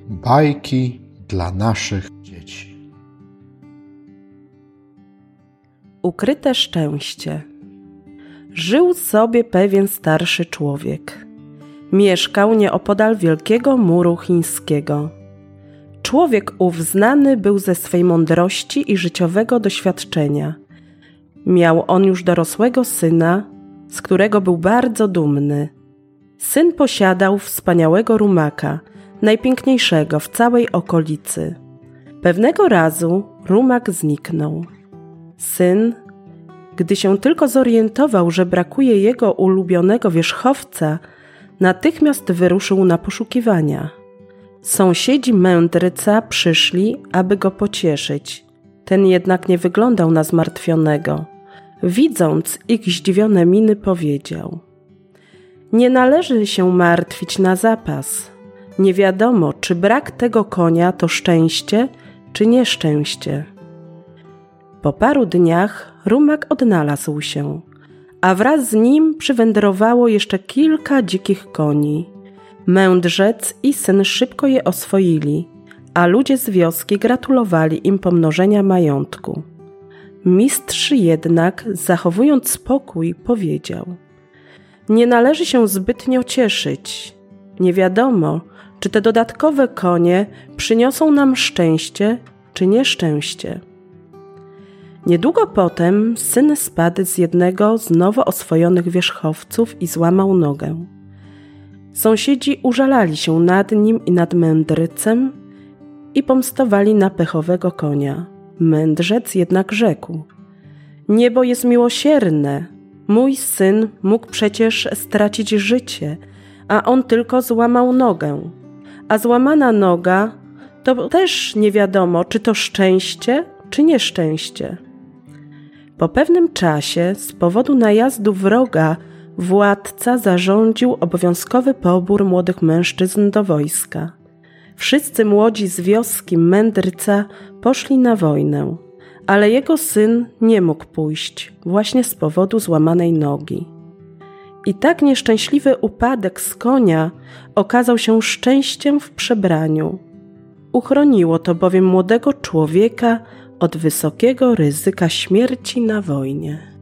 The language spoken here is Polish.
Bajki dla naszych dzieci. Ukryte szczęście. Żył sobie pewien starszy człowiek. Mieszkał nieopodal wielkiego muru chińskiego. Człowiek ów znany był ze swej mądrości i życiowego doświadczenia. Miał on już dorosłego syna, z którego był bardzo dumny. Syn posiadał wspaniałego rumaka, najpiękniejszego w całej okolicy. Pewnego razu rumak zniknął. Syn, gdy się tylko zorientował, że brakuje jego ulubionego wierzchowca, natychmiast wyruszył na poszukiwania. Sąsiedzi mędrca przyszli, aby go pocieszyć. Ten jednak nie wyglądał na zmartwionego. Widząc ich zdziwione miny, powiedział: nie należy się martwić na zapas. Nie wiadomo, czy brak tego konia to szczęście, czy nieszczęście. Po paru dniach rumak odnalazł się, a wraz z nim przywędrowało jeszcze kilka dzikich koni. Mędrzec i syn szybko je oswoili, a ludzie z wioski gratulowali im pomnożenia majątku. Mistrz jednak, zachowując spokój, powiedział: nie należy się zbytnio cieszyć. Nie wiadomo, czy te dodatkowe konie przyniosą nam szczęście, czy nieszczęście. Niedługo potem syn spadł z jednego z nowo oswojonych wierzchowców i złamał nogę. Sąsiedzi użalali się nad nim i nad mędrcem i pomstowali na pechowego konia. Mędrzec jednak rzekł: niebo jest miłosierne. Mój syn mógł przecież stracić życie, a on tylko złamał nogę. A złamana noga to też nie wiadomo, czy to szczęście, czy nieszczęście. Po pewnym czasie, z powodu najazdu wroga, władca zarządził obowiązkowy pobór młodych mężczyzn do wojska. Wszyscy młodzi z wioski mędrca poszli na wojnę, ale jego syn nie mógł pójść właśnie z powodu złamanej nogi. I tak nieszczęśliwy upadek z konia okazał się szczęściem w przebraniu. Uchroniło to bowiem młodego człowieka od wysokiego ryzyka śmierci na wojnie.